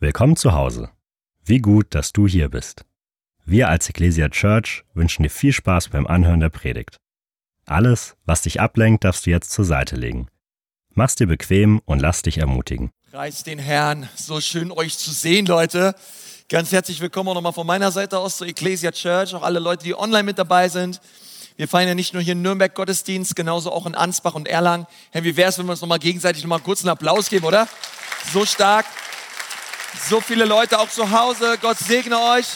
Willkommen zu Hause. Wie gut, dass du hier bist. Wir als Ecclesia Church wünschen dir viel Spaß beim Anhören der Predigt. Alles, was dich ablenkt, darfst du jetzt zur Seite legen. Mach's dir bequem und lass dich ermutigen. Preis den Herrn, so schön euch zu sehen, Leute. Ganz herzlich willkommen auch nochmal von meiner Seite aus zur Ecclesia Church, auch alle Leute, die online mit dabei sind. Wir feiern ja nicht nur hier in Nürnberg Gottesdienst, genauso auch in Ansbach und Erlangen. Hey, wie wäre es, wenn wir uns nochmal gegenseitig nochmal kurz einen Applaus geben, oder? So stark. So viele Leute auch zu Hause. Gott segne euch.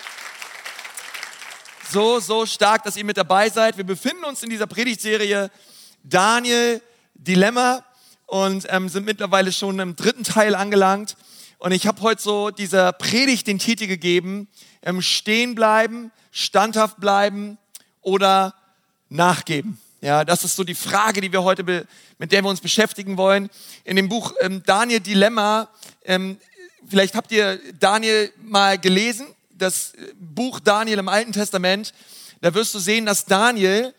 So stark, dass ihr mit dabei seid. Wir befinden uns in dieser Predigtserie Daniel Dilemma und sind mittlerweile schon im 3. Teil angelangt. Und ich habe heute so dieser Predigt den Titel gegeben, stehen bleiben, standhaft bleiben oder nachgeben. Ja, das ist so die Frage, die wir heute mit der wir uns beschäftigen wollen. In dem Buch Daniel Dilemma, vielleicht habt ihr Daniel mal gelesen, das Buch Daniel im Alten Testament. Da wirst du sehen, dass Daniel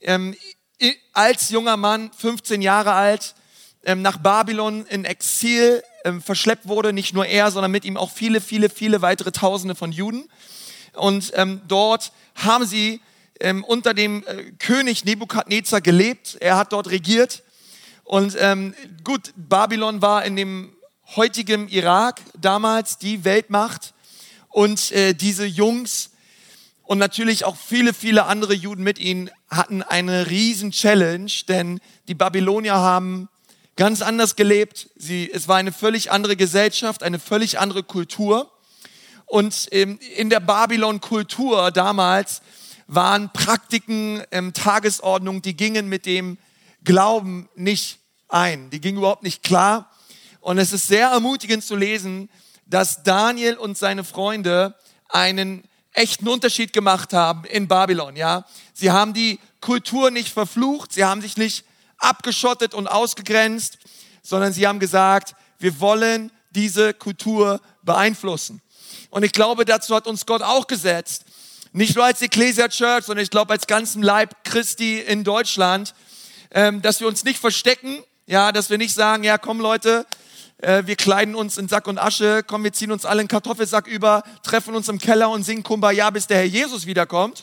als junger Mann, 15 Jahre alt, nach Babylon in Exil verschleppt wurde. Nicht nur er, sondern mit ihm auch viele weitere Tausende von Juden. Und dort haben sie unter dem König Nebukadnezar gelebt. Er hat dort regiert. Und gut, Babylon war in dem heutigen Irak damals die Weltmacht. Und diese Jungs und natürlich auch viele andere Juden mit ihnen hatten eine riesen Challenge, denn die Babylonier haben ganz anders gelebt. Es war eine völlig andere Gesellschaft, eine völlig andere Kultur. Und in der Babylon-Kultur damals waren Praktiken, Tagesordnung, die gingen mit dem Glauben nicht ein. Die gingen überhaupt nicht klar. Und es ist sehr ermutigend zu lesen, dass Daniel und seine Freunde einen echten Unterschied gemacht haben in Babylon. Ja? Sie haben die Kultur nicht verflucht, sie haben sich nicht abgeschottet und ausgegrenzt, sondern sie haben gesagt, wir wollen diese Kultur beeinflussen. Und ich glaube, dazu hat uns Gott auch gesetzt. Nicht nur als Ecclesia Church, sondern ich glaube als ganzen Leib Christi in Deutschland, dass wir uns nicht verstecken, ja, dass wir nicht sagen, ja komm Leute, wir kleiden uns in Sack und Asche, komm, wir ziehen uns alle einen Kartoffelsack über, treffen uns im Keller und singen Kumbaya, bis der Herr Jesus wiederkommt.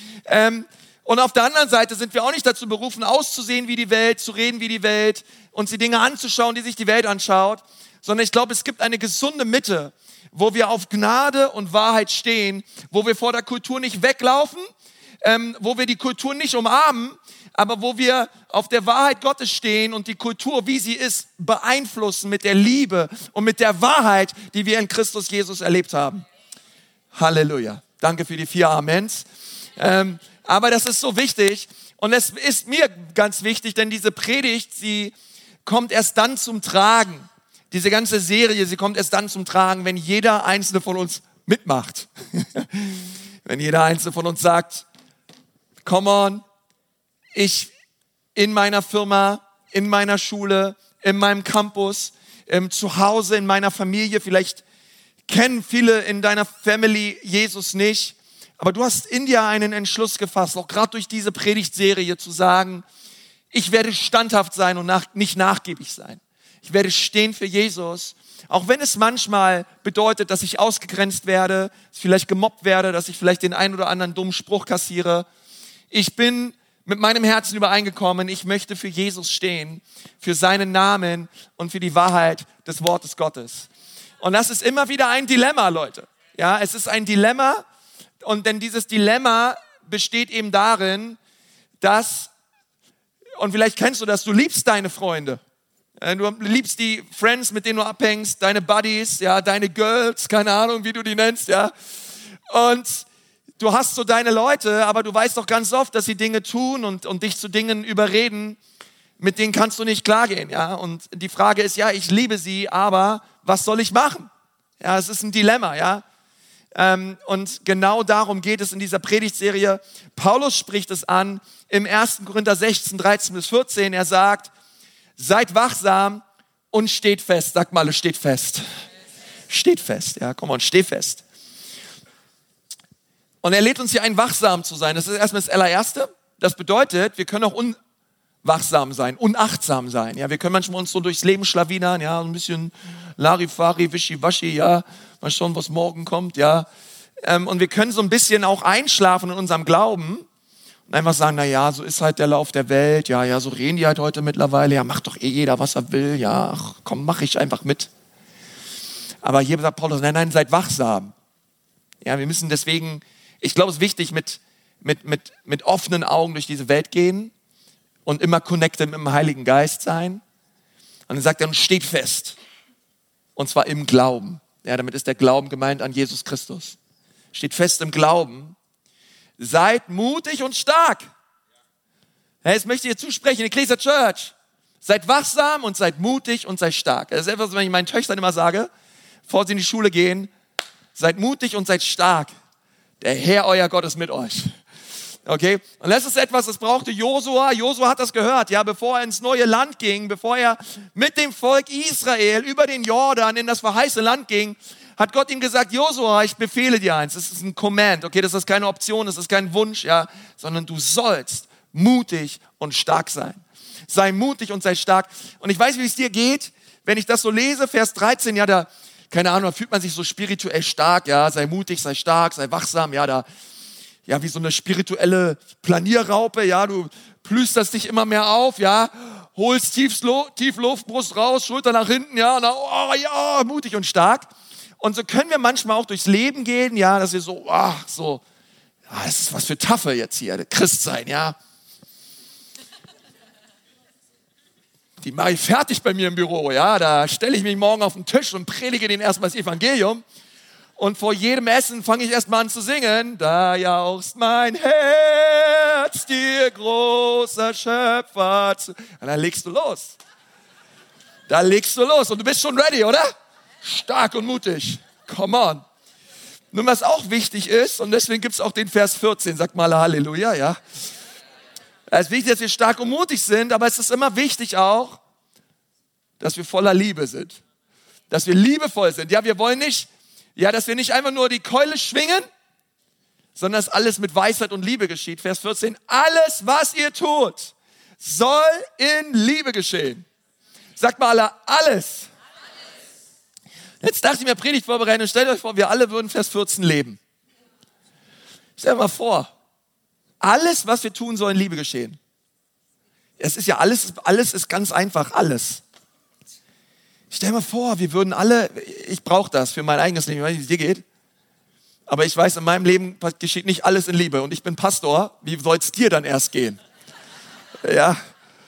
Und auf der anderen Seite sind wir auch nicht dazu berufen, auszusehen wie die Welt, zu reden wie die Welt, uns die Dinge anzuschauen, die sich die Welt anschaut, sondern ich glaube, es gibt eine gesunde Mitte, wo wir auf Gnade und Wahrheit stehen, wo wir vor der Kultur nicht weglaufen, wo wir die Kultur nicht umarmen, aber wo wir auf der Wahrheit Gottes stehen und die Kultur, wie sie ist, beeinflussen mit der Liebe und mit der Wahrheit, die wir in Christus Jesus erlebt haben. Halleluja. Danke für die 4 Amens. Aber das ist so wichtig und es ist mir ganz wichtig, denn diese Predigt, sie kommt erst dann zum Tragen. Diese ganze Serie, sie kommt erst dann zum Tragen, wenn jeder Einzelne von uns mitmacht. Wenn jeder Einzelne von uns sagt, come on, ich in meiner Firma, in meiner Schule, in meinem Campus, zu Hause, in meiner Familie, vielleicht kennen viele in deiner Family Jesus nicht, aber du hast in dir einen Entschluss gefasst, auch gerade durch diese Predigtserie zu sagen, ich werde standhaft sein und nicht nachgiebig sein. Ich werde stehen für Jesus, auch wenn es manchmal bedeutet, dass ich ausgegrenzt werde, dass ich vielleicht gemobbt werde, dass ich vielleicht den einen oder anderen dummen Spruch kassiere. Ich bin mit meinem Herzen übereingekommen, ich möchte für Jesus stehen, für seinen Namen und für die Wahrheit des Wortes Gottes. Und das ist immer wieder ein Dilemma, Leute. Ja, es ist ein Dilemma denn dieses Dilemma besteht eben darin, dass, und vielleicht kennst du das, du liebst deine Freunde. Du liebst die Friends, mit denen du abhängst, deine Buddies, ja, deine Girls, keine Ahnung, wie du die nennst, ja. Und du hast so deine Leute, aber du weißt doch ganz oft, dass sie Dinge tun und dich zu Dingen überreden, mit denen kannst du nicht klargehen, ja. Und die Frage ist, ja, ich liebe sie, aber was soll ich machen? Ja, es ist ein Dilemma, ja. Und genau darum geht es in dieser Predigtserie. Paulus spricht es an im 1. Korinther 16, 13-14. Er sagt, seid wachsam und steht fest. Sag mal, es steht fest. Steht fest, ja, komm on, steh fest. Und er lädt uns hier ein, wachsam zu sein. Das ist erstmal das Allererste. Das bedeutet, wir können auch wachsam sein, unachtsam sein. Ja, wir können manchmal uns so durchs Leben schlawinern, ja, ein bisschen Larifari, Wischiwaschi, ja, mal schauen, was morgen kommt, ja. Und wir können so ein bisschen auch einschlafen in unserem Glauben und einfach sagen, na ja, so ist halt der Lauf der Welt, ja, so reden die halt heute mittlerweile, ja, macht doch eh jeder, was er will, ja, ach, komm, mach ich einfach mit. Aber hier sagt Paulus, nein, seid wachsam. Ja, wir müssen deswegen, ich glaube, es ist wichtig, mit offenen Augen durch diese Welt gehen und immer connected mit dem Heiligen Geist sein. Und dann sagt er, und steht fest. Und zwar im Glauben. Ja, damit ist der Glauben gemeint an Jesus Christus. Steht fest im Glauben. Seid mutig und stark. Ja, jetzt möchte ich dir zusprechen, Ecclesia Church. Seid wachsam und seid mutig und seid stark. Das ist etwas, was ich meinen Töchtern immer sage, bevor sie in die Schule gehen. Seid mutig und seid stark. Der Herr, euer Gott, ist mit euch. Okay? Und das ist etwas, das brauchte Josua. Josua hat das gehört, ja, bevor er ins neue Land ging, bevor er mit dem Volk Israel über den Jordan in das verheißene Land ging, hat Gott ihm gesagt, Josua, ich befehle dir eins. Das ist ein Command, okay? Das ist keine Option, das ist kein Wunsch, ja, sondern du sollst mutig und stark sein. Sei mutig und sei stark. Und ich weiß, wie es dir geht, wenn ich das so lese, Vers 13, ja, da, keine Ahnung, da fühlt man sich so spirituell stark, ja, sei mutig, sei stark, sei wachsam, ja, wie so eine spirituelle Planierraupe, ja, du plüsterst dich immer mehr auf, ja, holst tief Luft, Brust raus, Schulter nach hinten, ja, und dann, oh ja, mutig und stark. Und so können wir manchmal auch durchs Leben gehen, ja, dass wir so, das ist was für Taffe jetzt hier, Christ sein, ja. Die mache ich fertig bei mir im Büro, ja, da stelle ich mich morgen auf den Tisch und predige denen erstmal das Evangelium. Und vor jedem Essen fange ich erstmal an zu singen. Da jauchzt mein Herz, dir großer Schöpfer zu. Und dann legst du los. Und du bist schon ready, oder? Stark und mutig. Come on. Nun, was auch wichtig ist, und deswegen gibt es auch den Vers 14, sagt mal Halleluja, ja. Es ist wichtig, dass wir stark und mutig sind, aber es ist immer wichtig auch, dass wir voller Liebe sind. Dass wir liebevoll sind. Ja, wir wollen nicht, dass wir nicht einfach nur die Keule schwingen, sondern dass alles mit Weisheit und Liebe geschieht. Vers 14, alles, was ihr tut, soll in Liebe geschehen. Sagt mal alle, alles. Jetzt dachte ich mir, Predigt vorbereiten und stellt euch vor, wir alle würden Vers 14 leben. Stellt euch mal vor, alles, was wir tun, soll in Liebe geschehen. Es ist ja alles ist ganz einfach, alles. Stell dir mal vor, wir würden alle, ich brauche das für mein eigenes Leben, ich weiß nicht, wie es dir geht, aber ich weiß, in meinem Leben geschieht nicht alles in Liebe und ich bin Pastor, wie soll es dir dann erst gehen? Ja,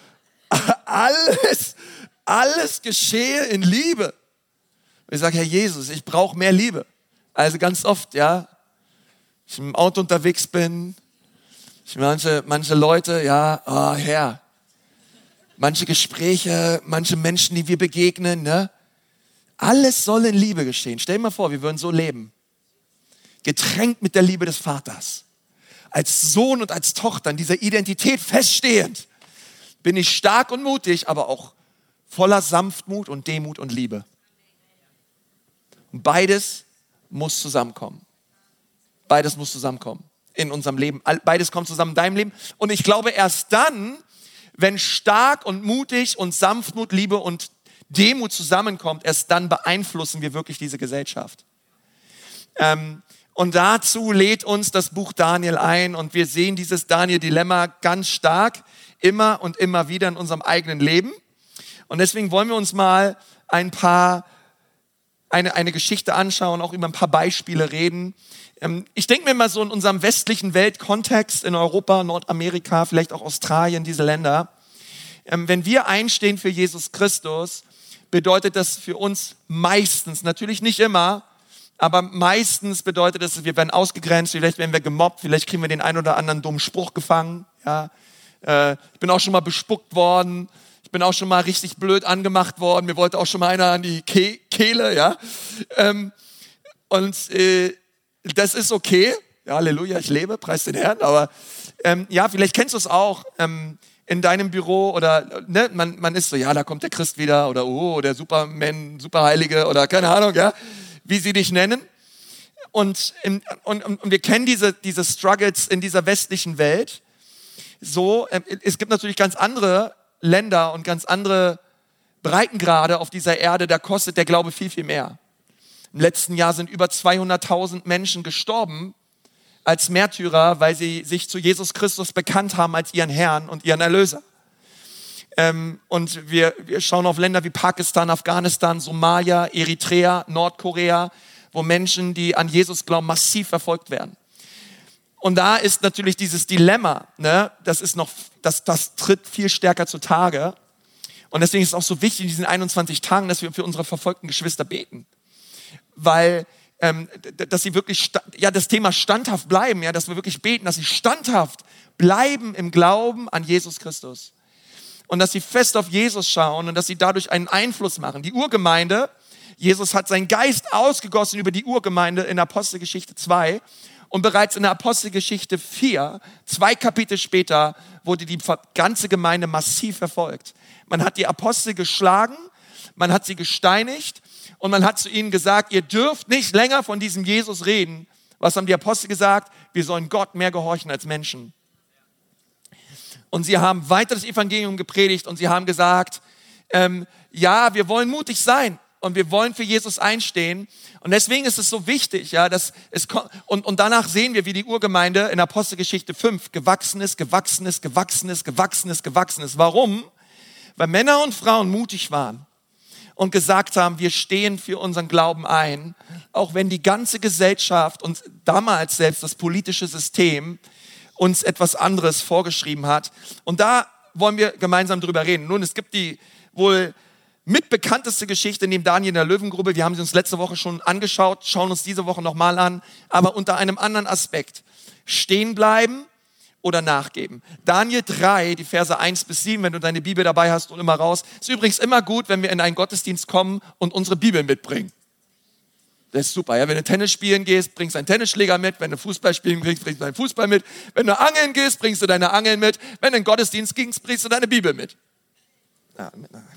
alles geschehe in Liebe. Und ich sage, Herr Jesus, ich brauche mehr Liebe. Also ganz oft, ja, ich im Auto unterwegs bin, manche Leute, ja, oh Herr, manche Gespräche, manche Menschen, die wir begegnen, ne? Alles soll in Liebe geschehen. Stell dir mal vor, wir würden so leben. Getränkt mit der Liebe des Vaters. Als Sohn und als Tochter in dieser Identität feststehend. Bin ich stark und mutig, aber auch voller Sanftmut und Demut und Liebe. Und beides muss zusammenkommen. Beides muss zusammenkommen in unserem Leben. Beides kommt zusammen in deinem Leben. Und ich glaube, erst dann, wenn stark und mutig und Sanftmut, Liebe und Demut zusammenkommt, erst dann beeinflussen wir wirklich diese Gesellschaft. Und dazu lädt uns das Buch Daniel ein und wir sehen dieses Daniel-Dilemma ganz stark immer und immer wieder in unserem eigenen Leben. Und deswegen wollen wir uns mal eine Geschichte anschauen, auch über ein paar Beispiele reden. Ich denke mir mal so in unserem westlichen Weltkontext, in Europa, Nordamerika, vielleicht auch Australien, diese Länder. Wenn wir einstehen für Jesus Christus, bedeutet das für uns meistens, natürlich nicht immer, aber meistens bedeutet das, wir werden ausgegrenzt, vielleicht werden wir gemobbt, vielleicht kriegen wir den einen oder anderen dummen Spruch gefangen. Ja. Ich bin auch schon mal bespuckt worden. Ich bin auch schon mal richtig blöd angemacht worden. Mir wollte auch schon mal einer an die Kehle, ja. Das ist okay. Ja, Halleluja, ich lebe, preis den Herrn. Aber vielleicht kennst du es auch in deinem Büro oder ne, man ist so, ja, da kommt der Christ wieder oder oh, der Superman, Superheilige oder keine Ahnung, ja, wie sie dich nennen. Und wir kennen diese Struggles in dieser westlichen Welt. So, es gibt natürlich ganz andere Länder und ganz andere Breitengrade auf dieser Erde, da kostet der Glaube viel, viel mehr. Im letzten Jahr sind über 200.000 Menschen gestorben als Märtyrer, weil sie sich zu Jesus Christus bekannt haben als ihren Herrn und ihren Erlöser. Und wir schauen auf Länder wie Pakistan, Afghanistan, Somalia, Eritrea, Nordkorea, wo Menschen, die an Jesus glauben, massiv verfolgt werden. Und da ist natürlich dieses Dilemma, ne? Das tritt viel stärker zutage. Und deswegen ist es auch so wichtig in diesen 21 Tagen, dass wir für unsere verfolgten Geschwister beten. Weil, dass sie wirklich, das Thema standhaft bleiben, ja, dass wir wirklich beten, dass sie standhaft bleiben im Glauben an Jesus Christus. Und dass sie fest auf Jesus schauen und dass sie dadurch einen Einfluss machen. Die Urgemeinde, Jesus hat seinen Geist ausgegossen über die Urgemeinde in Apostelgeschichte 2. Und bereits in der Apostelgeschichte 4, 2 Kapitel später, wurde die ganze Gemeinde massiv verfolgt. Man hat die Apostel geschlagen, man hat sie gesteinigt und man hat zu ihnen gesagt, ihr dürft nicht länger von diesem Jesus reden. Was haben die Apostel gesagt? Wir sollen Gott mehr gehorchen als Menschen. Und sie haben weiter das Evangelium gepredigt und sie haben gesagt, ja, wir wollen mutig sein. Und wir wollen für Jesus einstehen. Und deswegen ist es so wichtig, ja, und danach sehen wir, wie die Urgemeinde in Apostelgeschichte 5 gewachsen ist. Warum? Weil Männer und Frauen mutig waren und gesagt haben, wir stehen für unseren Glauben ein, auch wenn die ganze Gesellschaft und damals selbst das politische System uns etwas anderes vorgeschrieben hat. Und da wollen wir gemeinsam drüber reden. Nun, es gibt die wohl mitbekannteste Geschichte neben Daniel in der Löwengrube. Wir haben sie uns letzte Woche schon angeschaut, schauen uns diese Woche nochmal an, aber unter einem anderen Aspekt. Stehen bleiben oder nachgeben. Daniel 3, die Verse 1-7, wenn du deine Bibel dabei hast und immer raus. Ist übrigens immer gut, wenn wir in einen Gottesdienst kommen und unsere Bibel mitbringen. Das ist super, ja. Wenn du Tennis spielen gehst, bringst du einen Tennisschläger mit. Wenn du Fußball spielen gehst, bringst du deinen Fußball mit. Wenn du angeln gehst, bringst du deine Angeln mit. Wenn du in den Gottesdienst gehst, bringst du deine Bibel mit. Ja,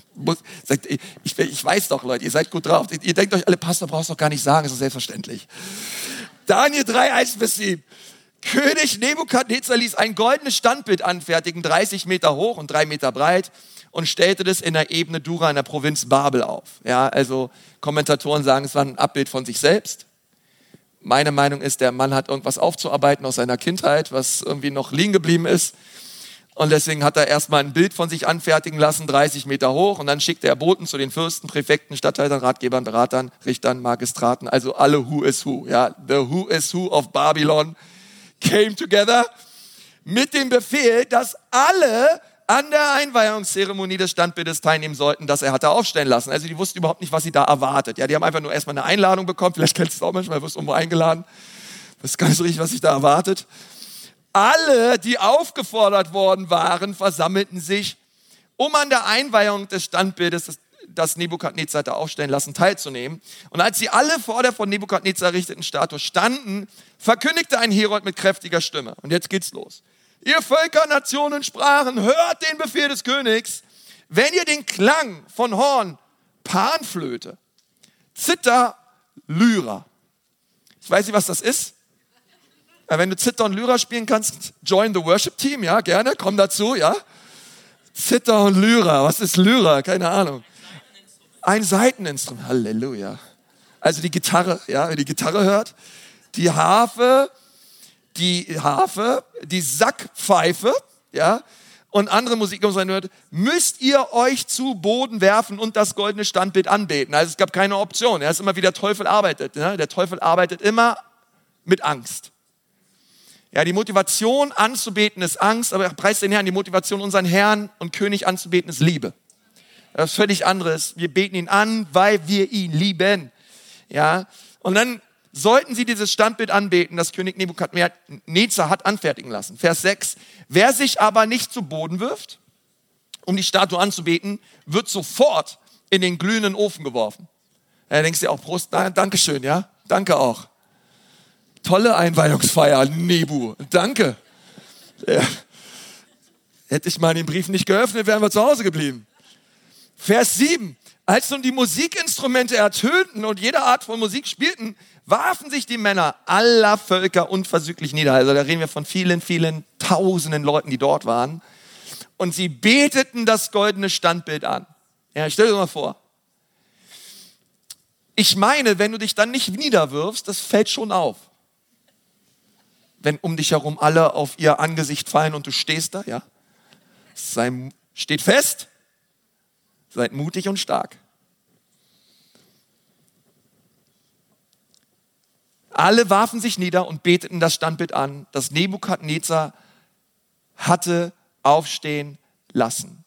ich weiß doch, Leute, ihr seid gut drauf. Ihr denkt euch alle, Pastor, brauchst du doch gar nicht sagen, ist doch selbstverständlich. Daniel 3, 1-7. König Nebukadnezar ließ ein goldenes Standbild anfertigen, 30 Meter hoch und 3 Meter breit und stellte das in der Ebene Dura in der Provinz Babel auf. Ja, also Kommentatoren sagen, es war ein Abbild von sich selbst. Meine Meinung ist, der Mann hat irgendwas aufzuarbeiten aus seiner Kindheit, was irgendwie noch liegen geblieben ist. Und deswegen hat er erstmal ein Bild von sich anfertigen lassen, 30 Meter hoch. Und dann schickte er Boten zu den Fürsten, Präfekten, Statthaltern, Ratgebern, Beratern, Richtern, Magistraten. Also alle Who is Who. Ja, the Who is Who of Babylon came together mit dem Befehl, dass alle an der Einweihungszeremonie des Standbildes teilnehmen sollten, das er hatte aufstellen lassen. Also die wussten überhaupt nicht, was sie da erwartet. Ja, die haben einfach nur erstmal eine Einladung bekommen. Vielleicht kennst du es auch manchmal, du wirst irgendwo eingeladen. Das ist gar nicht so richtig, was sich da erwartet. Alle, die aufgefordert worden waren, versammelten sich, um an der Einweihung des Standbildes, das Nebukadnezar hatte aufstellen lassen, teilzunehmen. Und als sie alle vor der von Nebukadnezar errichteten Statue standen, verkündigte ein Herold mit kräftiger Stimme. Und jetzt geht's los. Ihr Völker, Nationen, Sprachen, hört den Befehl des Königs. Wenn ihr den Klang von Horn, Panflöte, Zither, Lyra. Ich weiß nicht, was das ist. Wenn du Zither und Lyra spielen kannst, join the worship team, ja, gerne, komm dazu, ja. Zither und Lyra, was ist Lyra? Keine Ahnung. Ein Saiteninstrument, Halleluja. Also die Gitarre, ja, wer die Gitarre hört, die Harfe, die Sackpfeife, ja, und andere Musik, hört, müsst ihr euch zu Boden werfen und das goldene Standbild anbeten. Also es gab keine Option, ja, es ist immer wie der Teufel arbeitet. Ne? Der Teufel arbeitet immer mit Angst. Ja, die Motivation anzubeten ist Angst, aber preis den Herrn, die Motivation unseren Herrn und König anzubeten ist Liebe. Das ist völlig anderes. Wir beten ihn an, weil wir ihn lieben. Ja, und dann sollten sie dieses Standbild anbeten, das König Nebukadnezar hat anfertigen lassen. Vers 6. Wer sich aber nicht zu Boden wirft, um die Statue anzubeten, wird sofort in den glühenden Ofen geworfen. Da denkst du dir auch, Prost, Dankeschön, ja, danke auch. Tolle Einweihungsfeier, Nebu, danke. Ja. Hätte ich mal den Brief nicht geöffnet, wären wir zu Hause geblieben. Vers 7. Als nun die Musikinstrumente ertönten und jede Art von Musik spielten, warfen sich die Männer aller Völker unversüglich nieder. Also da reden wir von vielen, vielen Tausenden Leuten, die dort waren. und sie beteten das goldene Standbild an. Ja, stell dir mal vor. Ich meine, wenn du dich dann nicht niederwirfst, das fällt schon auf. Wenn um dich herum alle auf ihr Angesicht fallen und du stehst da, ja. Steht fest, seid mutig und stark. Alle warfen sich nieder und beteten das Standbild an, das Nebukadnezar hatte aufstehen lassen.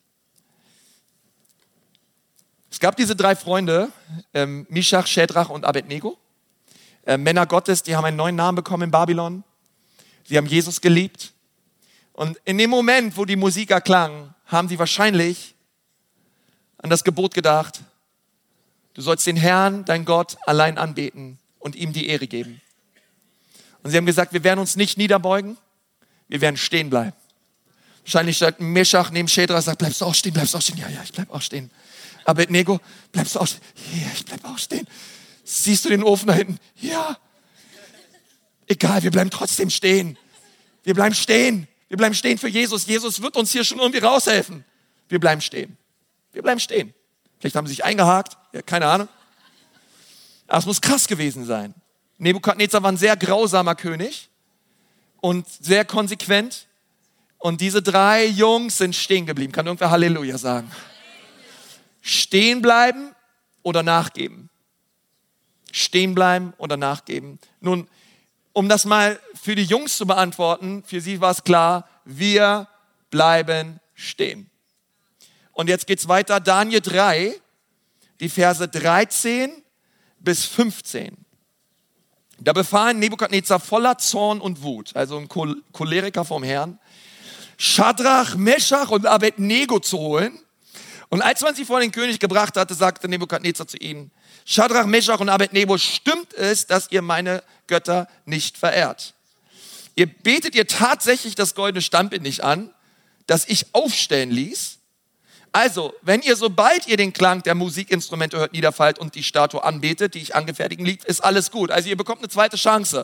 Es gab diese 3 Freunde, Mischach, Schädrach und Abednego. Männer Gottes, die haben einen neuen Namen bekommen in Babylon. Sie haben Jesus geliebt. Und in dem Moment, wo die Musik erklang, haben sie wahrscheinlich an das Gebot gedacht, du sollst den Herrn, dein Gott, allein anbeten und ihm die Ehre geben. Und sie haben gesagt, wir werden uns nicht niederbeugen, wir werden stehen bleiben. Wahrscheinlich stand Meschach neben Schädrach und sagt, bleibst du auch stehen, bleibst du auch stehen. Ja, ich bleib auch stehen. Abednego, bleibst du auch stehen? Ja, ich bleib auch stehen. Siehst du den Ofen da hinten? Ja. Egal, wir bleiben trotzdem stehen. Wir bleiben stehen. Wir bleiben stehen für Jesus. Jesus wird uns hier schon irgendwie raushelfen. Wir bleiben stehen. Wir bleiben stehen. Vielleicht haben sie sich eingehakt. Ja, keine Ahnung. Aber es muss krass gewesen sein. Nebukadnezar war ein sehr grausamer König und sehr konsequent. Und diese 3 Jungs sind stehen geblieben. Kann irgendwer Halleluja sagen? Stehen bleiben oder nachgeben? Stehen bleiben oder nachgeben? Nun, um das mal für die Jungs zu beantworten, für sie war es klar, wir bleiben stehen. Und jetzt geht's weiter, Daniel 3, die Verse 13 bis 15. Da befahl Nebukadnezar voller Zorn und Wut, also ein Choleriker vom Herrn, Schadrach, Meschach und Abednego zu holen. Und als man sie vor den König gebracht hatte, sagte Nebukadnezar zu ihnen, Schadrach, Meschach und Abednego, stimmt es, dass ihr meine Götter nicht verehrt? Betet ihr tatsächlich das goldene Standbild nicht an, das ich aufstellen ließ? Also, wenn ihr, sobald ihr den Klang der Musikinstrumente hört, niederfallt und die Statue anbetet, die ich angefertigt ließ, ist alles gut. Also ihr bekommt eine zweite Chance.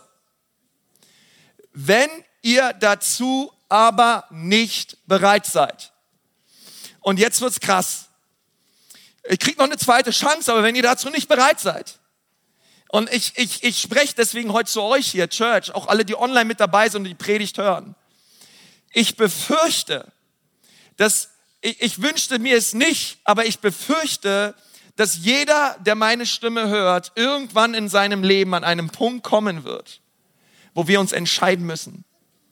Wenn ihr dazu aber nicht bereit seid. Und jetzt wird's krass. Ich krieg noch eine zweite Chance, aber wenn ihr dazu nicht bereit seid. Und ich spreche deswegen heute zu euch hier, Church, auch alle, die online mit dabei sind und die Predigt hören. Ich befürchte, ich wünschte mir es nicht, aber ich befürchte, dass jeder, der meine Stimme hört, irgendwann in seinem Leben an einem Punkt kommen wird, wo wir uns entscheiden müssen.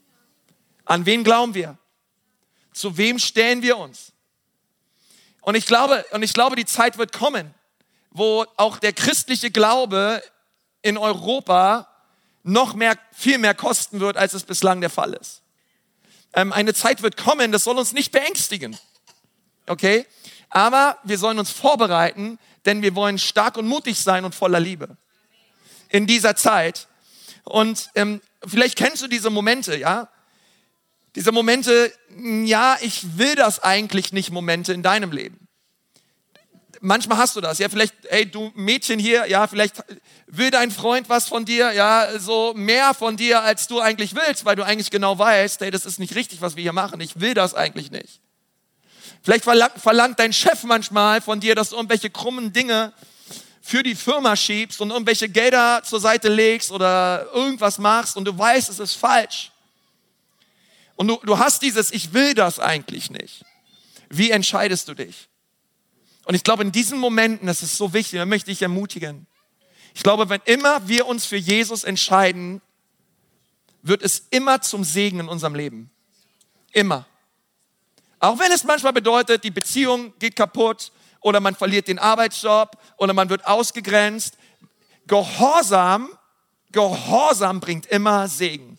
An wen glauben wir? Zu wem stellen wir uns? Und ich glaube, die Zeit wird kommen, wo auch der christliche Glaube in Europa viel mehr kosten wird, als es bislang der Fall ist. Eine Zeit wird kommen, das soll uns nicht beängstigen. Okay? Aber wir sollen uns vorbereiten, denn wir wollen stark und mutig sein und voller Liebe. In dieser Zeit. Und vielleicht kennst du diese Momente, ja? Diese Momente, ja, ich will das eigentlich nicht, Momente in deinem Leben. Manchmal hast du das, ja, vielleicht, hey, du Mädchen hier, ja, vielleicht will dein Freund was von dir, ja, so mehr von dir, als du eigentlich willst, weil du eigentlich genau weißt, hey, das ist nicht richtig, was wir hier machen, ich will das eigentlich nicht. Vielleicht verlangt dein Chef manchmal von dir, dass du irgendwelche krummen Dinge für die Firma schiebst und irgendwelche Gelder zur Seite legst oder irgendwas machst und du weißt, es ist falsch. Und du hast dieses, ich will das eigentlich nicht. Wie entscheidest du dich? Und ich glaube, in diesen Momenten, das ist so wichtig, da möchte ich ermutigen. Ich glaube, wenn immer wir uns für Jesus entscheiden, wird es immer zum Segen in unserem Leben. Immer. Auch wenn es manchmal bedeutet, die Beziehung geht kaputt oder man verliert den Arbeitsjob oder man wird ausgegrenzt. Gehorsam bringt immer Segen.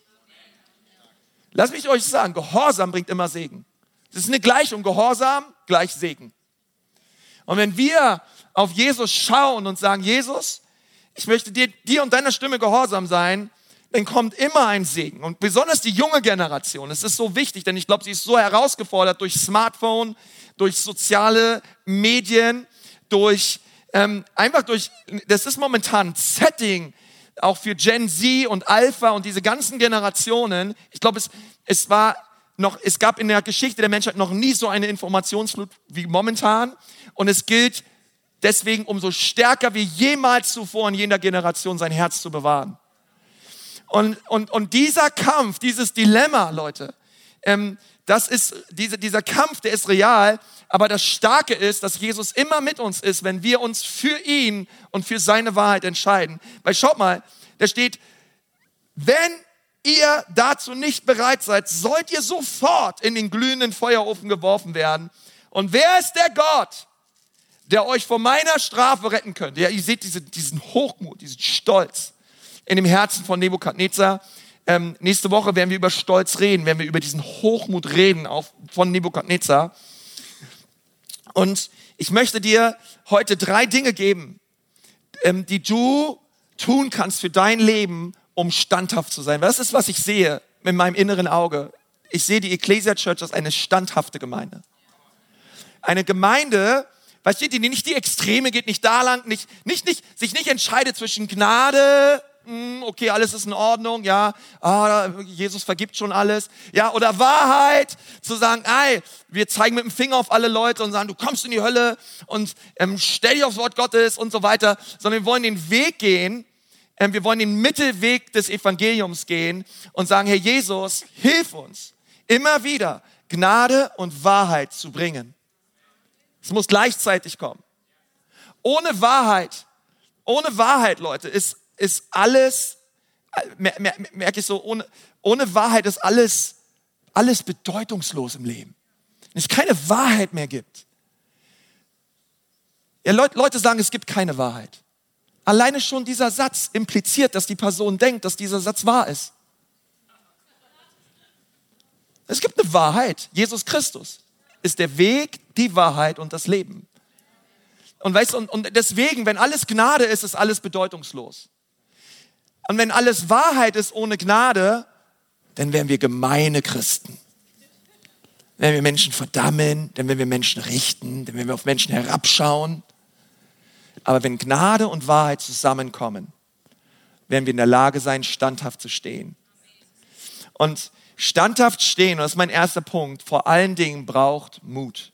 Lass mich euch sagen, Gehorsam bringt immer Segen. Das ist eine Gleichung, Gehorsam gleich Segen. Und wenn wir auf Jesus schauen und sagen, Jesus, ich möchte dir und deiner Stimme gehorsam sein, dann kommt immer ein Segen. Und besonders die junge Generation, es ist so wichtig, denn ich glaube, sie ist so herausgefordert durch Smartphone, durch soziale Medien, das ist momentan ein Setting, auch für Gen Z und Alpha und diese ganzen Generationen. Ich glaube, es war es gab in der Geschichte der Menschheit noch nie so eine Informationsflut wie momentan. Und es gilt deswegen umso stärker wie jemals zuvor in jeder Generation sein Herz zu bewahren. Und dieser Kampf, dieses Dilemma, Leute, dieser Kampf, der ist real, aber das Starke ist, dass Jesus immer mit uns ist, wenn wir uns für ihn und für seine Wahrheit entscheiden. Weil schaut mal, da steht, wenn ihr dazu nicht bereit seid, sollt ihr sofort in den glühenden Feuerofen geworfen werden. Und wer ist der Gott, der euch vor meiner Strafe retten könnte? Ja, ihr seht diesen Hochmut, diesen Stolz in dem Herzen von Nebukadnezar. Nächste Woche werden wir über Stolz reden, werden wir über diesen Hochmut reden von Nebukadnezar. Und ich möchte dir heute 3 Dinge geben, die du tun kannst für dein Leben, um standhaft zu sein. Das ist, was ich sehe mit meinem inneren Auge. Ich sehe die Ecclesia Church als eine standhafte Gemeinde. Eine Gemeinde, weißt du, die nicht die Extreme geht, nicht da lang, sich nicht entscheidet zwischen Gnade, okay, alles ist in Ordnung, ja, Jesus vergibt schon alles, ja, oder Wahrheit, zu sagen, wir zeigen mit dem Finger auf alle Leute und sagen, du kommst in die Hölle und stell dich aufs Wort Gottes und so weiter, sondern wir wollen den Weg gehen, wir wollen den Mittelweg des Evangeliums gehen und sagen, Herr Jesus, hilf uns, immer wieder Gnade und Wahrheit zu bringen. Es muss gleichzeitig kommen. Ohne Wahrheit, Leute, ist alles, merke ich so, ohne Wahrheit ist alles bedeutungslos im Leben. Wenn es keine Wahrheit mehr gibt. Ja, Leute sagen, es gibt keine Wahrheit. Alleine schon dieser Satz impliziert, dass die Person denkt, dass dieser Satz wahr ist. Es gibt eine Wahrheit. Jesus Christus ist der Weg, die Wahrheit und das Leben. Und weißt du, und deswegen, wenn alles Gnade ist, ist alles bedeutungslos. Und wenn alles Wahrheit ist ohne Gnade, dann wären wir gemeine Christen. Dann werden wir Menschen verdammen, dann werden wir Menschen richten, dann werden wir auf Menschen herabschauen. Aber wenn Gnade und Wahrheit zusammenkommen, werden wir in der Lage sein, standhaft zu stehen. Und standhaft stehen, und das ist mein erster Punkt, vor allen Dingen braucht Mut.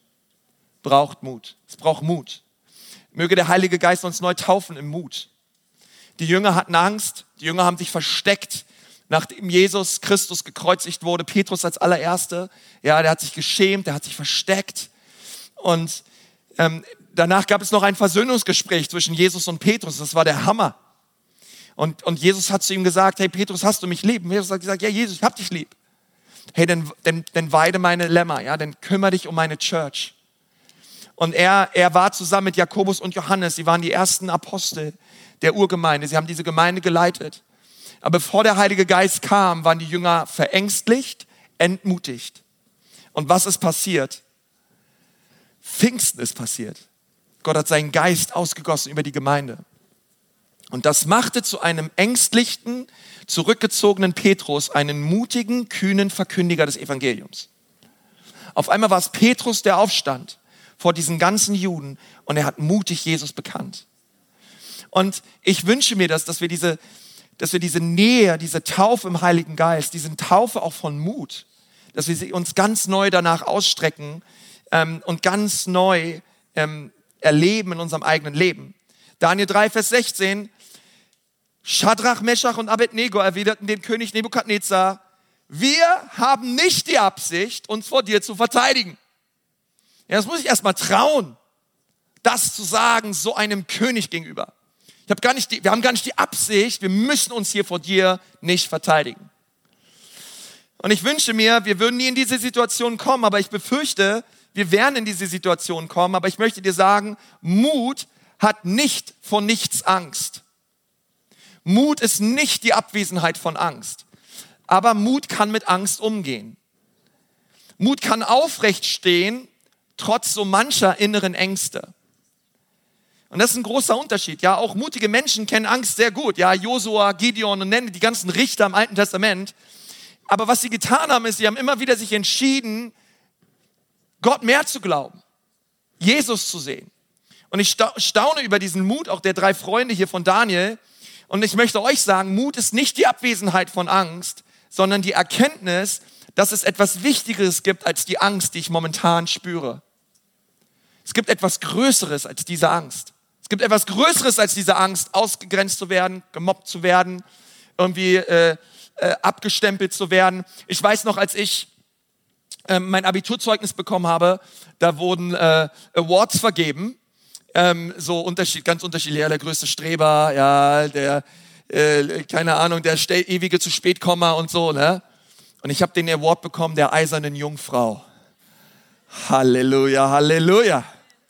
Es braucht Mut. Möge der Heilige Geist uns neu taufen im Mut. Die Jünger hatten Angst, die Jünger haben sich versteckt, nachdem Jesus Christus gekreuzigt wurde. Petrus als allererster, ja, der hat sich geschämt, der hat sich versteckt. Und danach gab es noch ein Versöhnungsgespräch zwischen Jesus und Petrus, das war der Hammer. Und Jesus hat zu ihm gesagt, hey Petrus, hast du mich lieb? Und Petrus hat gesagt, ja Jesus, ich hab dich lieb. Hey, dann weide meine Lämmer, ja, dann kümmere dich um meine Church. Und er war zusammen mit Jakobus und Johannes, sie waren die ersten Apostel der Urgemeinde, sie haben diese Gemeinde geleitet. Aber bevor der Heilige Geist kam, waren die Jünger verängstlicht, entmutigt. Und was ist passiert? Pfingsten ist passiert. Gott hat seinen Geist ausgegossen über die Gemeinde. Und das machte zu einem ängstlichen, zurückgezogenen Petrus einen mutigen, kühnen Verkündiger des Evangeliums. Auf einmal war es Petrus, der aufstand vor diesen ganzen Juden und er hat mutig Jesus bekannt. Und ich wünsche mir dass wir diese Nähe, diese Taufe im Heiligen Geist, diese Taufe auch von Mut, dass wir uns ganz neu danach ausstrecken und ganz neu erleben in unserem eigenen Leben. Daniel 3, Vers 16, Schadrach, Meschach und Abednego erwiderten dem König Nebukadnezar, wir haben nicht die Absicht, uns vor dir zu verteidigen. Ja, das muss ich erst mal trauen, das zu sagen, so einem König gegenüber. Wir haben gar nicht die Absicht, wir müssen uns hier vor dir nicht verteidigen. Und ich wünsche mir, wir würden nie in diese Situation kommen, aber ich befürchte, wir werden in diese Situation kommen, aber ich möchte dir sagen, Mut hat nicht vor nichts Angst. Mut ist nicht die Abwesenheit von Angst, aber Mut kann mit Angst umgehen. Mut kann aufrecht stehen, trotz so mancher inneren Ängste. Und das ist ein großer Unterschied. Ja, auch mutige Menschen kennen Angst sehr gut. Ja, Josua, Gideon und nenne die ganzen Richter im Alten Testament. Aber was sie getan haben, ist, sie haben immer wieder sich entschieden, Gott mehr zu glauben, Jesus zu sehen. Und ich staune über diesen Mut auch der 3 Freunde hier von Daniel. Und ich möchte euch sagen, Mut ist nicht die Abwesenheit von Angst, sondern die Erkenntnis, dass es etwas Wichtigeres gibt als die Angst, die ich momentan spüre. Es gibt etwas Größeres als diese Angst. Es gibt etwas Größeres als diese Angst, ausgegrenzt zu werden, gemobbt zu werden, irgendwie abgestempelt zu werden. Ich weiß noch, als ich mein Abiturzeugnis bekommen habe, da wurden Awards vergeben, ganz unterschiedlich, ja, der größte Streber, ja, der, keine Ahnung, der ewige zu spät Komma und so, ne? Und ich habe den Award bekommen, der eisernen Jungfrau. Halleluja, Halleluja.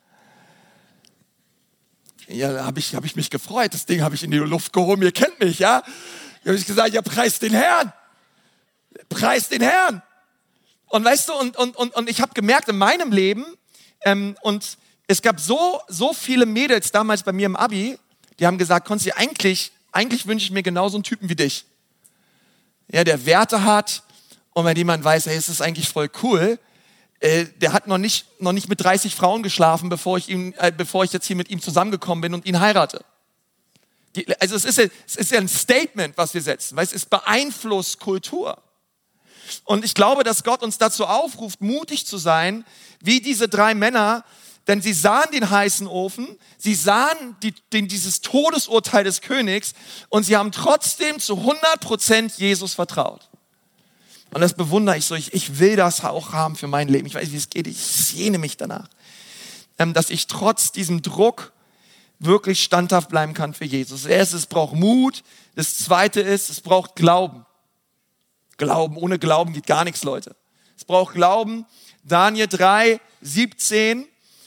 Ja, da hab ich mich gefreut, das Ding habe ich in die Luft gehoben, ihr kennt mich, ja? Da habe ich gesagt, ja, preis den Herrn. Preis den Herrn. Und weißt du, und ich habe gemerkt in meinem Leben, und es gab so viele Mädels damals bei mir im Abi, die haben gesagt, Konsti, eigentlich wünsche ich mir genau so einen Typen wie dich. Ja, der Werte hat, und wenn jemand weiß, hey, es ist eigentlich voll cool, der hat noch nicht mit 30 Frauen geschlafen, bevor ich jetzt hier mit ihm zusammengekommen bin und ihn heirate. Also es ist ja ein Statement, was wir setzen, weil es beeinflusst Kultur. Und ich glaube, dass Gott uns dazu aufruft, mutig zu sein, wie diese 3 Männer, denn sie sahen den heißen Ofen, sie sahen dieses Todesurteil des Königs und sie haben trotzdem zu 100% Jesus vertraut. Und das bewundere ich so, ich will das auch haben für mein Leben. Ich weiß, wie es geht, ich sehne mich danach, dass ich trotz diesem Druck wirklich standhaft bleiben kann für Jesus. Das Erste, es braucht Mut. Das Zweite ist, es braucht Glauben. Glauben, ohne Glauben geht gar nichts, Leute. Es braucht Glauben. Daniel 3,17.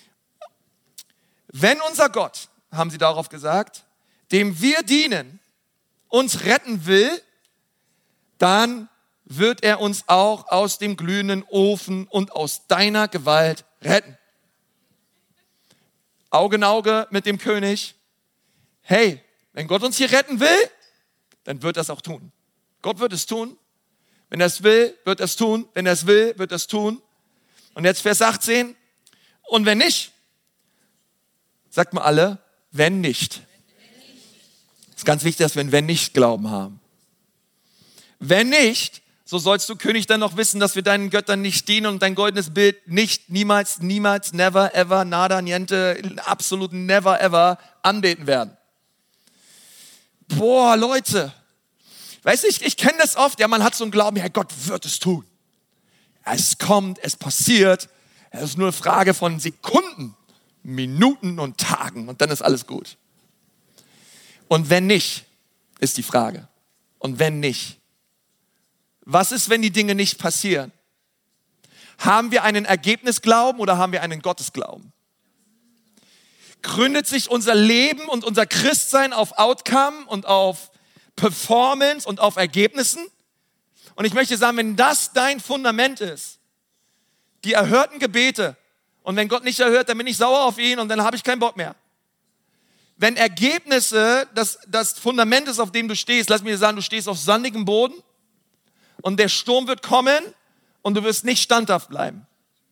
Wenn unser Gott, haben sie darauf gesagt, dem wir dienen, uns retten will, dann wird er uns auch aus dem glühenden Ofen und aus deiner Gewalt retten. Auge in Auge mit dem König. Hey, wenn Gott uns hier retten will, dann wird er es auch tun. Gott wird es tun. Wenn er es will, wird er es tun. Wenn er es will, wird er es tun. Und jetzt Vers 18. Und wenn nicht, sagt mal alle, wenn nicht. Es ist ganz wichtig, dass wir ein wenn nicht Glauben haben. Wenn nicht, so sollst du, König, dann noch wissen, dass wir deinen Göttern nicht dienen und dein goldenes Bild nicht, niemals, never, ever, nada, niente, absolut never, ever anbeten werden. Boah, Leute. Weißt du, ich kenne das oft, ja, man hat so einen Glauben, ja, Gott wird es tun. Es kommt, es passiert. Es ist nur eine Frage von Sekunden, Minuten und Tagen und dann ist alles gut. Und wenn nicht, ist die Frage. Und wenn nicht? Was ist, wenn die Dinge nicht passieren? Haben wir einen Ergebnisglauben oder haben wir einen Gottesglauben? Gründet sich unser Leben und unser Christsein auf Outcome und auf Performance und auf Ergebnissen? Und ich möchte sagen, wenn das dein Fundament ist, die erhörten Gebete, und wenn Gott nicht erhört, dann bin ich sauer auf ihn und dann habe ich keinen Bock mehr. Wenn Ergebnisse das Fundament ist, auf dem du stehst, lass mich dir sagen, du stehst auf sandigem Boden und der Sturm wird kommen und du wirst nicht standhaft bleiben.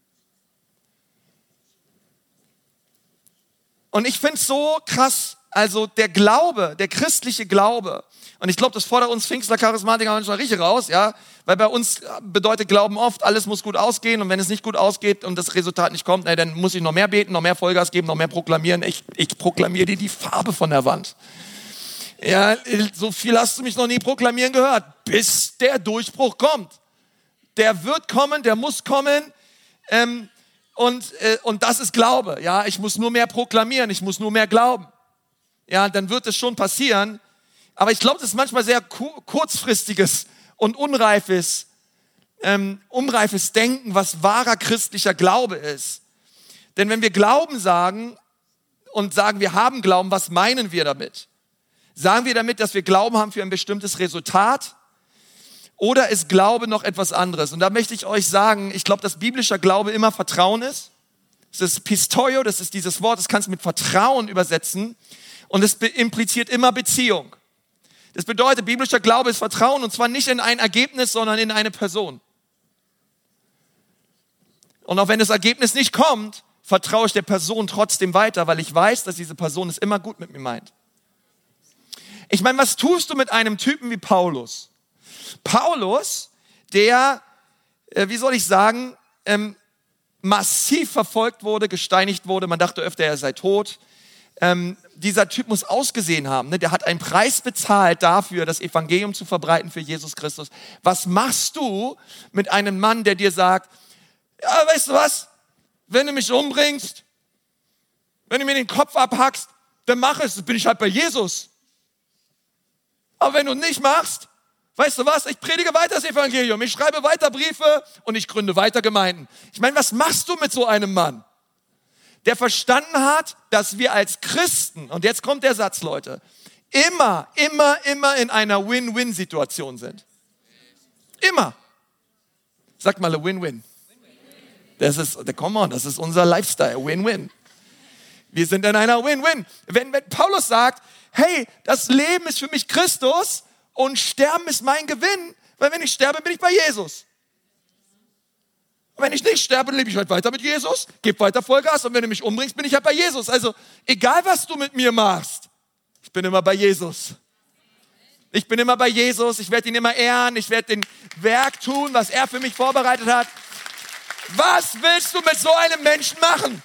Und ich finde es so krass, also der Glaube, der christliche Glaube, und ich glaube, das fordert uns Pfingstler Charismatiker manchmal richtig raus, ja, weil bei uns bedeutet Glauben oft, alles muss gut ausgehen und wenn es nicht gut ausgeht und das Resultat nicht kommt, dann muss ich noch mehr beten, noch mehr Vollgas geben, noch mehr proklamieren. Ich proklamiere dir die Farbe von der Wand. Ja, so viel hast du mich noch nie proklamieren gehört, bis der Durchbruch kommt. Der wird kommen, der muss kommen, und das ist Glaube. Ja, ich muss nur mehr proklamieren, ich muss nur mehr glauben. Ja, dann wird es schon passieren. Aber ich glaube, das ist manchmal sehr kurzfristiges und unreifes Denken, was wahrer christlicher Glaube ist. Denn wenn wir Glauben sagen und sagen, wir haben Glauben, was meinen wir damit? Sagen wir damit, dass wir Glauben haben für ein bestimmtes Resultat? Oder ist Glaube noch etwas anderes? Und da möchte ich euch sagen, ich glaube, dass biblischer Glaube immer Vertrauen ist. Das ist Pistoio, das ist dieses Wort, das kannst du mit Vertrauen übersetzen. Und es impliziert immer Beziehung. Das bedeutet, biblischer Glaube ist Vertrauen und zwar nicht in ein Ergebnis, sondern in eine Person. Und auch wenn das Ergebnis nicht kommt, vertraue ich der Person trotzdem weiter, weil ich weiß, dass diese Person es immer gut mit mir meint. Ich meine, was tust du mit einem Typen wie Paulus? Paulus, der wie soll ich sagen, massiv verfolgt wurde, gesteinigt wurde. Man dachte öfter, er sei tot. Dieser Typ muss ausgesehen haben. Ne? Der hat einen Preis bezahlt dafür, das Evangelium zu verbreiten für Jesus Christus. Was machst du mit einem Mann, der dir sagt, ja, weißt du was, wenn du mich umbringst, wenn du mir den Kopf abhackst, dann mach es, dann bin ich halt bei Jesus. Aber wenn du nicht machst, weißt du was, ich predige weiter das Evangelium, ich schreibe weiter Briefe und ich gründe weiter Gemeinden. Ich meine, was machst du mit so einem Mann, der verstanden hat, dass wir als Christen, und jetzt kommt der Satz, Leute, immer in einer Win-Win-Situation sind. Immer. Sag mal, a Win-Win. Das ist unser Lifestyle, Win-Win. Wir sind in einer Win-Win. Wenn Paulus sagt, hey, das Leben ist für mich Christus und Sterben ist mein Gewinn, weil wenn ich sterbe, bin ich bei Jesus. Und wenn ich nicht sterbe, lebe ich halt weiter mit Jesus, gebe weiter Vollgas und wenn du mich umbringst, bin ich halt bei Jesus. Also egal, was du mit mir machst, ich bin immer bei Jesus. Ich bin immer bei Jesus, ich werde ihn immer ehren, ich werde den Werk tun, was er für mich vorbereitet hat. Was willst du mit so einem Menschen machen?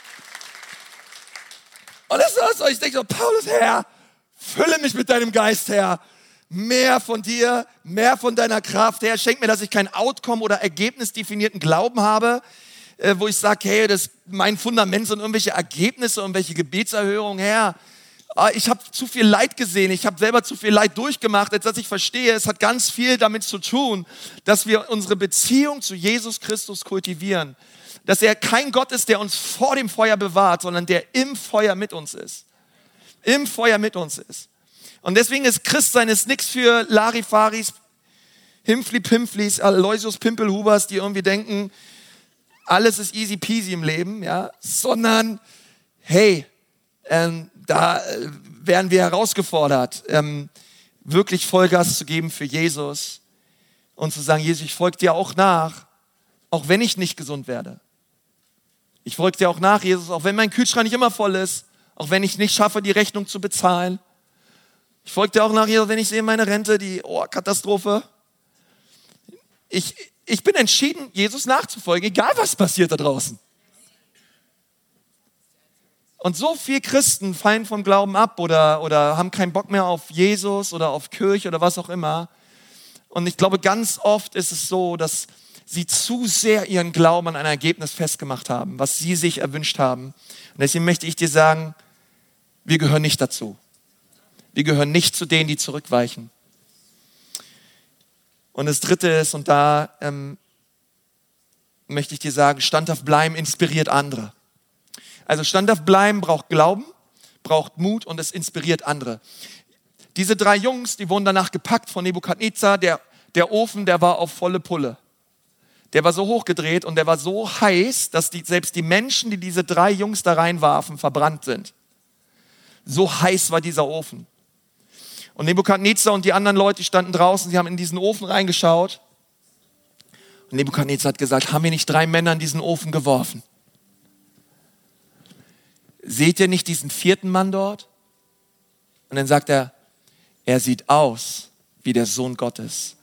Und das ist so, ich denke so, Paulus, Herr, fülle mich mit deinem Geist, Herr. Mehr von dir, mehr von deiner Kraft, Herr. Schenk mir, dass ich keinen Outcome- oder ergebnisdefinierten Glauben habe, wo ich sage, hey, mein Fundament sind irgendwelche Ergebnisse, irgendwelche Gebetserhörungen, Herr. Ich habe zu viel Leid gesehen, ich habe selber zu viel Leid durchgemacht, als dass ich verstehe, es hat ganz viel damit zu tun, dass wir unsere Beziehung zu Jesus Christus kultivieren. Dass er kein Gott ist, der uns vor dem Feuer bewahrt, sondern der im Feuer mit uns ist. Im Feuer mit uns ist. Und deswegen ist Christsein nichts für Larifaris, Himpfli-Pimpflis, Aloysius Pimpelhubers, die irgendwie denken, alles ist easy peasy im Leben, ja, sondern, hey, da werden wir herausgefordert, wirklich Vollgas zu geben für Jesus und zu sagen, Jesus, ich folge dir auch nach, auch wenn ich nicht gesund werde. Ich folge dir auch nach, Jesus, auch wenn mein Kühlschrank nicht immer voll ist, auch wenn ich nicht schaffe, die Rechnung zu bezahlen. Ich folge dir auch nach, Jesus, wenn ich sehe meine Rente, Katastrophe. Ich bin entschieden, Jesus nachzufolgen, egal was passiert da draußen. Und so viele Christen fallen vom Glauben ab oder haben keinen Bock mehr auf Jesus oder auf Kirche oder was auch immer. Und ich glaube, ganz oft ist es so, dass sie zu sehr ihren Glauben an ein Ergebnis festgemacht haben, was sie sich erwünscht haben. Und deswegen möchte ich dir sagen, wir gehören nicht dazu. Wir gehören nicht zu denen, die zurückweichen. Und das Dritte ist, und da möchte ich dir sagen, standhaft bleiben inspiriert andere. Also standhaft bleiben braucht Glauben, braucht Mut und es inspiriert andere. Diese 3 Jungs, die wurden danach gepackt von Nebukadnezar. Der Ofen, der war auf volle Pulle. Der war so hochgedreht und der war so heiß, dass selbst die Menschen, die diese 3 Jungs da reinwarfen, verbrannt sind. So heiß war dieser Ofen. Und Nebukadnezar und die anderen Leute, die standen draußen, sie haben in diesen Ofen reingeschaut. Und Nebukadnezar hat gesagt, haben wir nicht 3 Männer in diesen Ofen geworfen? Seht ihr nicht diesen 4. Mann dort? Und dann sagt er sieht aus wie der Sohn Gottes.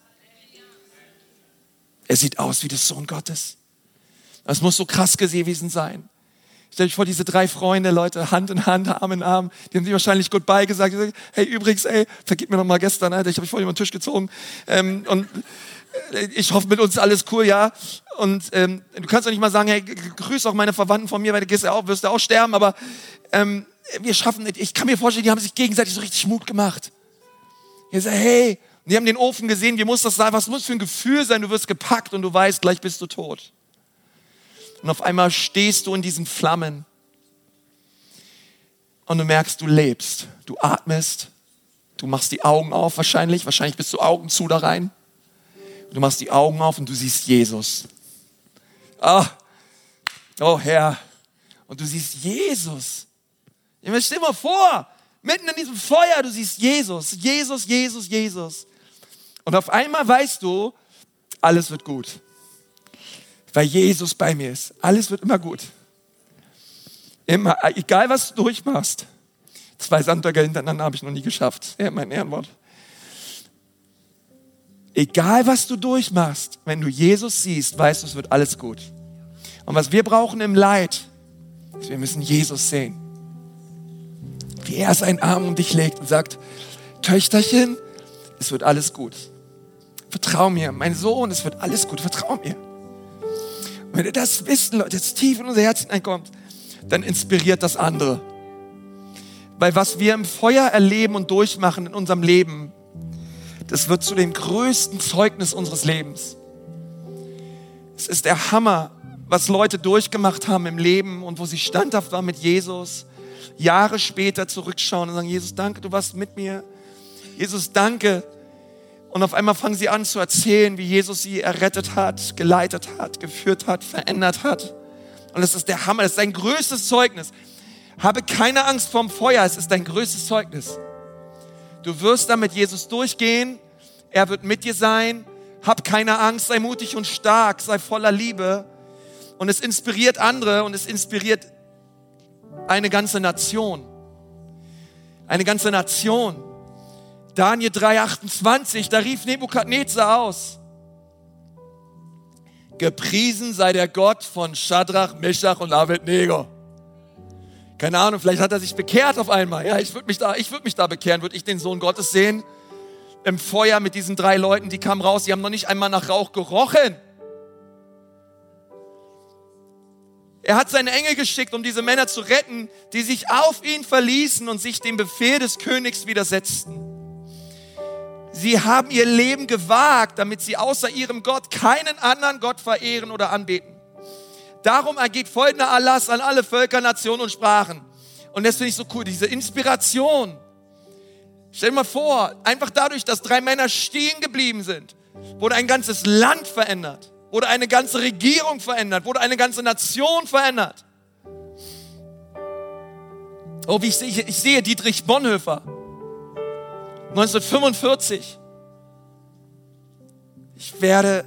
Er sieht aus wie der Sohn Gottes. Das muss so krass gewesen sein. Stell dich vor, diese 3 Freunde, Leute, Hand in Hand, Arm in Arm, die haben sich wahrscheinlich Goodbye gesagt. Hey, übrigens, vergib mir noch mal gestern, Alter, ich habe dich vorhin über den Tisch gezogen. Und ich hoffe, mit uns ist alles cool, ja. Und du kannst doch nicht mal sagen, hey, grüß auch meine Verwandten von mir, weil du wirst ja auch sterben. Aber wir schaffen nicht. Ich kann mir vorstellen, die haben sich gegenseitig so richtig Mut gemacht. Die sagen, hey, und die haben den Ofen gesehen, wie muss das sein? Was muss für ein Gefühl sein? Du wirst gepackt und du weißt, gleich bist du tot. Und auf einmal stehst du in diesen Flammen und du merkst, du lebst, du atmest, du machst die Augen auf wahrscheinlich bist du Augen zu da rein. Du machst die Augen auf und du siehst Jesus. Oh Herr, und du siehst Jesus. Stell dir mal vor, mitten in diesem Feuer, du siehst Jesus, Jesus, Jesus, Jesus. Und auf einmal weißt du, alles wird gut. Weil Jesus bei mir ist. Alles wird immer gut. Immer, egal was du durchmachst. 2 Sonntage hintereinander habe ich noch nie geschafft. Ja, mein Ehrenwort. Egal, was du durchmachst, wenn du Jesus siehst, weißt du, es wird alles gut. Und was wir brauchen im Leid, ist, wir müssen Jesus sehen. Wie er seinen Arm um dich legt und sagt, Töchterchen, es wird alles gut. Vertrau mir, mein Sohn, es wird alles gut, vertrau mir. Und wenn wir das wissen, Leute, jetzt tief in unser Herz hineinkommt, dann inspiriert das andere. Weil was wir im Feuer erleben und durchmachen in unserem Leben, das wird zu dem größten Zeugnis unseres Lebens. Es ist der Hammer, was Leute durchgemacht haben im Leben und wo sie standhaft waren mit Jesus, Jahre später zurückschauen und sagen, Jesus, danke, du warst mit mir. Jesus, danke. Und auf einmal fangen sie an zu erzählen, wie Jesus sie errettet hat, geleitet hat, geführt hat, verändert hat. Und das ist der Hammer, das ist dein größtes Zeugnis. Habe keine Angst vorm Feuer, es ist dein größtes Zeugnis. Du wirst da mit Jesus durchgehen, er wird mit dir sein. Hab keine Angst, sei mutig und stark, sei voller Liebe. Und es inspiriert andere und es inspiriert eine ganze Nation. Eine ganze Nation. Daniel 3,28, da rief Nebukadnezar aus. Gepriesen sei der Gott von Schadrach, Meschach und Abednego. Keine Ahnung, vielleicht hat er sich bekehrt auf einmal. Ja, ich würde mich da bekehren, würde ich den Sohn Gottes sehen. Im Feuer mit diesen 3 Leuten, die kamen raus, die haben noch nicht einmal nach Rauch gerochen. Er hat seine Engel geschickt, um diese Männer zu retten, die sich auf ihn verließen und sich dem Befehl des Königs widersetzten. Sie haben ihr Leben gewagt, damit sie außer ihrem Gott keinen anderen Gott verehren oder anbeten. Darum ergeht folgender Erlass an alle Völker, Nationen und Sprachen. Und das finde ich so cool, diese Inspiration. Stell dir mal vor, einfach dadurch, dass 3 Männer stehen geblieben sind, wurde ein ganzes Land verändert, wurde eine ganze Regierung verändert, wurde eine ganze Nation verändert. Oh, wie ich sehe Dietrich Bonhoeffer, 1945. Ich werde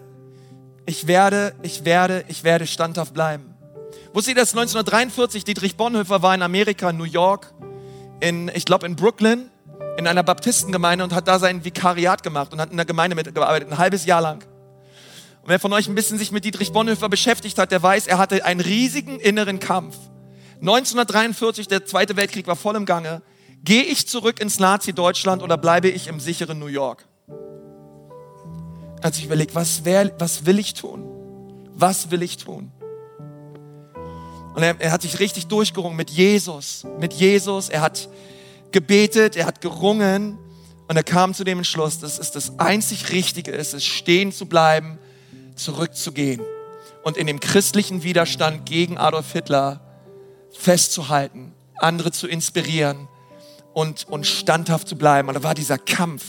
standhaft bleiben. Wusstet ihr, dass 1943 Dietrich Bonhoeffer war in Amerika, in New York, in Brooklyn, in einer Baptistengemeinde und hat da sein Vikariat gemacht und hat in der Gemeinde mitgearbeitet, ein halbes Jahr lang. Und wer von euch ein bisschen sich mit Dietrich Bonhoeffer beschäftigt hat, der weiß, er hatte einen riesigen inneren Kampf. 1943, der Zweite Weltkrieg war voll im Gange. Gehe ich zurück ins Nazi-Deutschland oder bleibe ich im sicheren New York? Er hat sich überlegt, was will ich tun? Was will ich tun? Und er hat sich richtig durchgerungen mit Jesus. Er hat gebetet, er hat gerungen und er kam zu dem Entschluss, dass es das einzig Richtige ist, es stehen zu bleiben, zurückzugehen und in dem christlichen Widerstand gegen Adolf Hitler festzuhalten, andere zu inspirieren und standhaft zu bleiben. Und da war dieser Kampf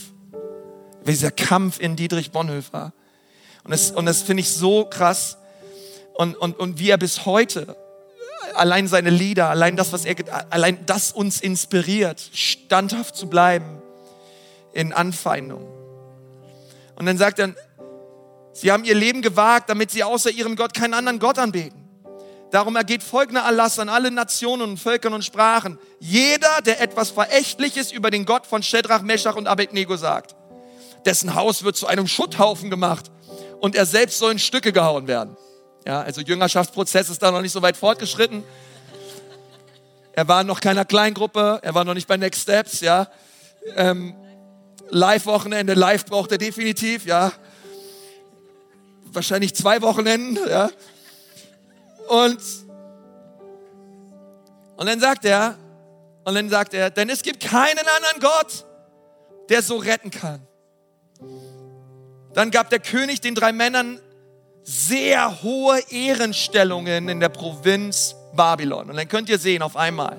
in Dietrich Bonhoeffer. Und das finde ich so krass. Und wie er bis heute, allein seine Lieder, allein das uns inspiriert, standhaft zu bleiben in Anfeindung. Und dann sagt er, sie haben ihr Leben gewagt, damit sie außer ihrem Gott keinen anderen Gott anbeten. Darum ergeht folgender Erlass an alle Nationen und Völkern und Sprachen. Jeder, der etwas Verächtliches über den Gott von Schadrach, Meschach und Abednego sagt, dessen Haus wird zu einem Schutthaufen gemacht und er selbst soll in Stücke gehauen werden. Ja, also Jüngerschaftsprozess ist da noch nicht so weit fortgeschritten. Er war in noch keiner Kleingruppe, er war noch nicht bei Next Steps. Ja. Live-Wochenende, live braucht er definitiv. Ja. Wahrscheinlich 2 Wochenenden. Ja. Und dann sagt er, denn es gibt keinen anderen Gott, der so retten kann. Dann gab der König den 3 Männern sehr hohe Ehrenstellungen in der Provinz Babylon. Und dann könnt ihr sehen, auf einmal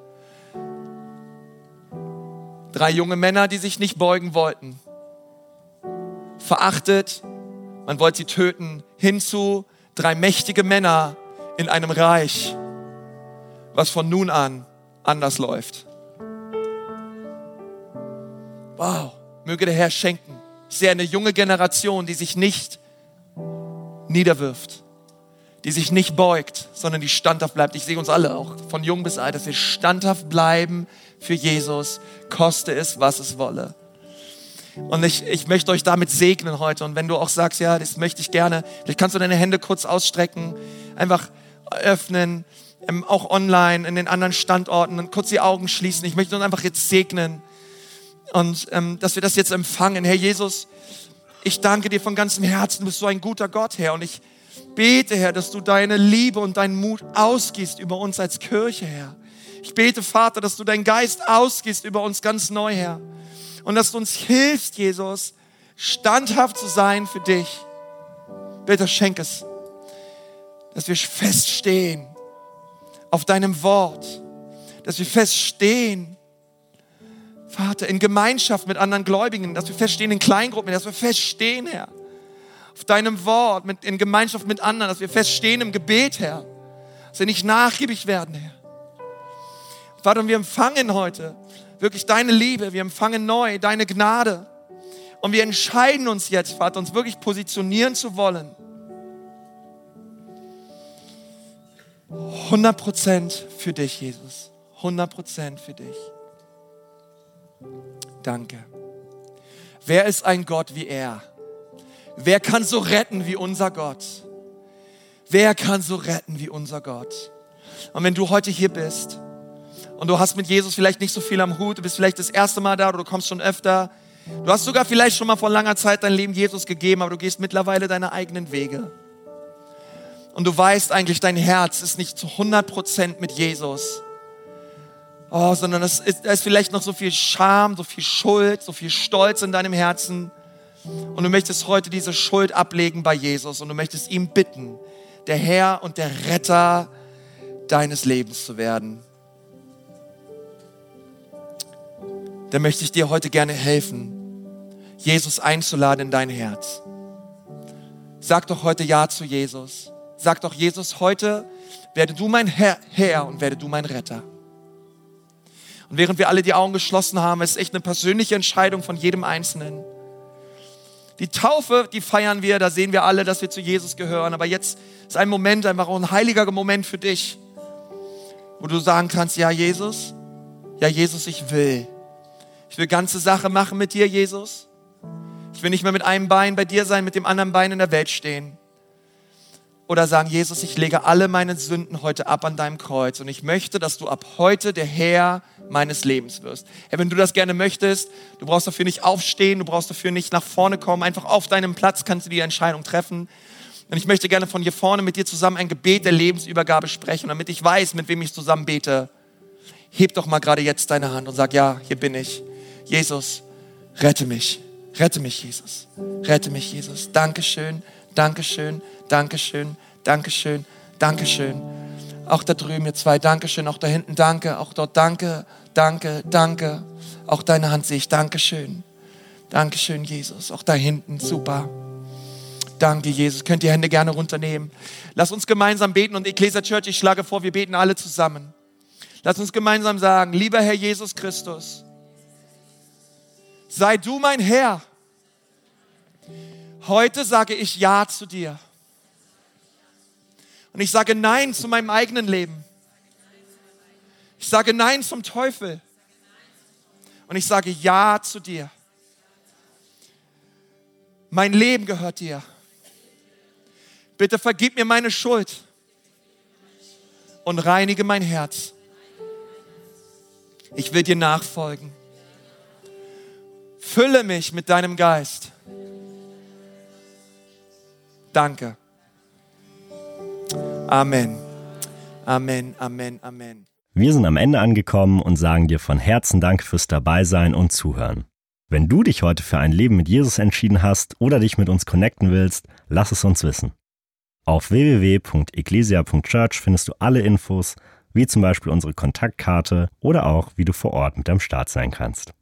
3 junge Männer, die sich nicht beugen wollten. Verachtet, man wollte sie töten, hinzu 3 mächtige Männer in einem Reich, was von nun an anders läuft. Wow, möge der Herr schenken. Ich sehe eine junge Generation, die sich nicht niederwirft, die sich nicht beugt, sondern die standhaft bleibt. Ich sehe uns alle, auch von jung bis alt, dass wir standhaft bleiben für Jesus, koste es, was es wolle. Und ich möchte euch damit segnen heute. Und wenn du auch sagst, ja, das möchte ich gerne, vielleicht kannst du deine Hände kurz ausstrecken, einfach öffnen, auch online, in den anderen Standorten, und kurz die Augen schließen. Ich möchte uns einfach jetzt segnen und dass wir das jetzt empfangen. Herr Jesus, ich danke dir von ganzem Herzen, du bist so ein guter Gott, Herr. Und ich bete, Herr, dass du deine Liebe und deinen Mut ausgießt über uns als Kirche, Herr. Ich bete, Vater, dass du deinen Geist ausgießt über uns ganz neu, Herr. Und dass du uns hilfst, Jesus, standhaft zu sein für dich. Bitte schenk es, dass wir feststehen auf deinem Wort, dass wir feststehen, Vater, in Gemeinschaft mit anderen Gläubigen, dass wir feststehen in Kleingruppen, dass wir feststehen, Herr, auf deinem Wort, in Gemeinschaft mit anderen, dass wir feststehen im Gebet, Herr, dass wir nicht nachgiebig werden, Herr. Vater, und wir empfangen heute wirklich deine Liebe, wir empfangen neu deine Gnade und wir entscheiden uns jetzt, Vater, uns wirklich positionieren zu wollen. 100% für dich, Jesus. 100% für dich. Danke. Wer ist ein Gott wie er? Wer kann so retten wie unser Gott? Wer kann so retten wie unser Gott? Und wenn du heute hier bist und du hast mit Jesus vielleicht nicht so viel am Hut, du bist vielleicht das erste Mal da oder du kommst schon öfter, du hast sogar vielleicht schon mal vor langer Zeit dein Leben Jesus gegeben, aber du gehst mittlerweile deine eigenen Wege. Und du weißt eigentlich, dein Herz ist nicht zu 100% mit Jesus. Sondern da ist vielleicht noch so viel Scham, so viel Schuld, so viel Stolz in deinem Herzen. Und du möchtest heute diese Schuld ablegen bei Jesus. Und du möchtest ihm bitten, der Herr und der Retter deines Lebens zu werden. Dann möchte ich dir heute gerne helfen, Jesus einzuladen in dein Herz. Sag doch heute Ja zu Jesus. Sag doch, Jesus, heute werde du mein Herr und werde du mein Retter. Und während wir alle die Augen geschlossen haben, ist echt eine persönliche Entscheidung von jedem Einzelnen. Die Taufe, die feiern wir, da sehen wir alle, dass wir zu Jesus gehören. Aber jetzt ist ein Moment, einfach auch ein heiliger Moment für dich, wo du sagen kannst, ja Jesus, ich will. Ich will ganze Sache machen mit dir, Jesus. Ich will nicht mehr mit einem Bein bei dir sein, mit dem anderen Bein in der Welt stehen. Oder sagen, Jesus, ich lege alle meine Sünden heute ab an deinem Kreuz und ich möchte, dass du ab heute der Herr meines Lebens wirst. Herr, wenn du das gerne möchtest, du brauchst dafür nicht aufstehen, du brauchst dafür nicht nach vorne kommen, einfach auf deinem Platz kannst du die Entscheidung treffen. Und ich möchte gerne von hier vorne mit dir zusammen ein Gebet der Lebensübergabe sprechen, damit ich weiß, mit wem ich zusammen bete. Heb doch mal gerade jetzt deine Hand und sag, ja, hier bin ich. Jesus, rette mich. Rette mich, Jesus. Rette mich, Jesus. Dankeschön, Dankeschön, Dankeschön, Dankeschön, Dankeschön. Auch da drüben ihr zwei, Dankeschön. Auch da hinten, danke. Auch dort, danke, danke, danke. Auch deine Hand sehe ich, Dankeschön. Dankeschön, Jesus. Auch da hinten, super. Danke, Jesus. Könnt ihr Hände gerne runternehmen. Lass uns gemeinsam beten und Ecclesia Church, ich schlage vor, wir beten alle zusammen. Lass uns gemeinsam sagen, lieber Herr Jesus Christus, sei du mein Herr. Heute sage ich Ja zu dir. Und ich sage Nein zu meinem eigenen Leben. Ich sage Nein zum Teufel. Und ich sage Ja zu dir. Mein Leben gehört dir. Bitte vergib mir meine Schuld und reinige mein Herz. Ich will dir nachfolgen. Fülle mich mit deinem Geist. Danke. Amen. Amen, Amen, Amen. Wir sind am Ende angekommen und sagen dir von Herzen Dank fürs Dabeisein und Zuhören. Wenn du dich heute für ein Leben mit Jesus entschieden hast oder dich mit uns connecten willst, lass es uns wissen. Auf www.ecclesia.church findest du alle Infos, wie zum Beispiel unsere Kontaktkarte oder auch, wie du vor Ort mit am Start sein kannst.